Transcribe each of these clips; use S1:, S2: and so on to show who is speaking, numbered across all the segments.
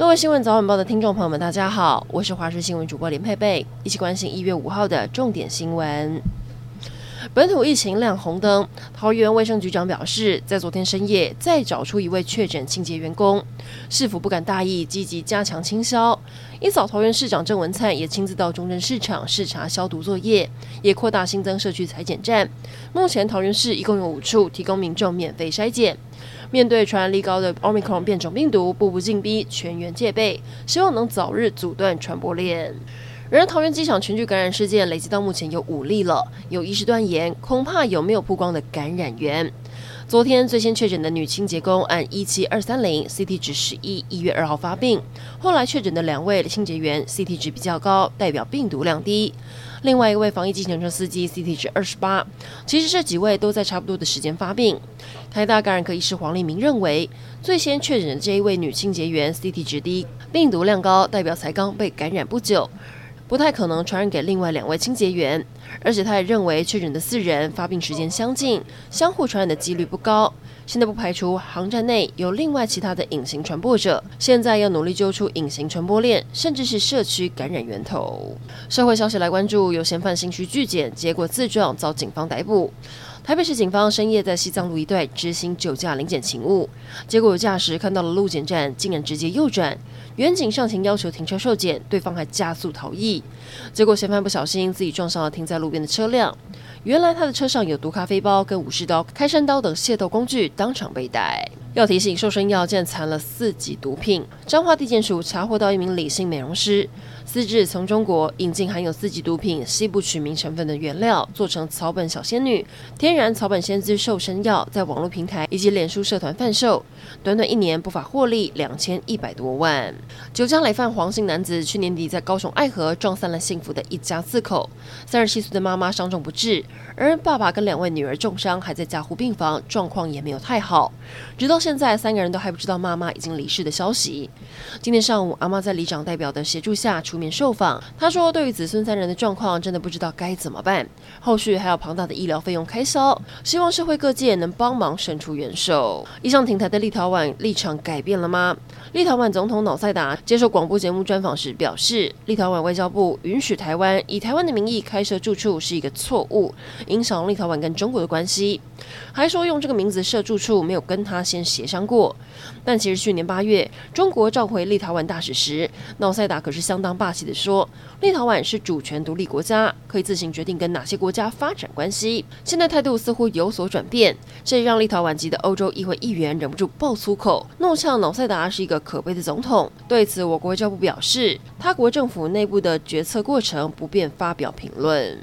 S1: 各位新闻早晚报的听众朋友们，大家好，我是华视新闻主播连佩佩，一起关心1月5号的重点新闻。本土疫情亮红灯，桃园卫生局长表示，在昨天深夜再找出一位确诊清洁员工，市府不敢大意，积极加强清消。一早，桃园市长郑文灿也亲自到中正市场视察消毒作业，也扩大新增社区采检站。目前桃园市一共有5处提供民众免费筛检。面对传染力高的 Omicron 变种病毒，步步进逼，全员戒备，希望能早日阻断传播链。然而，桃园机场群聚感染事件累积到目前有5例了，有医师断言，恐怕有没有曝光的感染源。昨天最先确诊的女清洁工按17230 CT 值11，1月2号发病，后来确诊的2位清洁员 CT 值比较高，代表病毒量低。另外一位防疫计程车司机 CT 值28，其实这几位都在差不多的时间发病。台大感染科医师黄立明认为，最先确诊的这一位女清洁员 CT 值低，病毒量高，代表才刚被感染不久，不太可能传染给另外2位清洁员，而且他也认为确诊的4人发病时间相近，相互传染的几率不高。现在不排除航站内有另外其他的隐形传播者，现在要努力揪出隐形传播链，甚至是社区感染源头。社会消息来关注，有嫌犯心虚拒检，结果自撞遭警方逮捕。台北市警方深夜在西藏路一带执行酒驾临检勤务，结果有驾驶看到了路检站，竟然直接右转，员警上前要求停车受检，对方还加速逃逸，结果嫌犯不小心自己撞上了停在路边的车辆。原来他的车上有毒咖啡包、跟武士刀、开山刀等械斗工具，当场被逮。要提醒，瘦身药竟然藏了4级毒品。彰化地检署查获到一名李姓美容师，私自从中国引进含有4级毒品西部曲名成分的原料，做成草本小仙女、天然草本仙姿瘦身药，在网络平台以及脸书社团贩售，短短1年不法获利2100多万。酒驾累犯黄姓男子去年底在高雄爱河撞散了幸福的一家4口，37岁的妈妈伤重不治，而爸爸跟2位女儿重伤，还在加护病房，状况也没有太好。直到现在3个人都还不知道妈妈已经离世的消息。今天上午，阿嬷在里长代表的协助下出面受访，她说对于子孙3人的状况真的不知道该怎么办，后续还有庞大的医疗费用开销，希望社会各界能帮忙伸出援手。一向挺台的立陶宛立场改变了吗？立陶宛总统瑙塞达接受广播节目专访时表示，立陶宛外交部允许台湾以台湾的名义开设住处是一个错误，影响立陶宛跟中国的关系，还说用这个名字设住处没有跟他先协商过。但其实去年8月，中国召回立陶宛大使时，瑙塞达可是相当霸气的说，立陶宛是主权独立国家，可以自行决定跟哪些国家发展关系。现在态度似乎有所转变，这也让立陶宛籍的欧洲议会议员忍不住爆粗口，怒呛瑙塞达是一个可悲的总统。对此，我国外交部表示，他国政府内部的决策过程不便发表评论。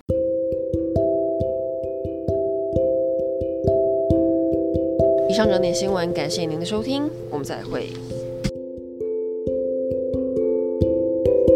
S1: 以上整点新闻，感谢您的收听，我们再会。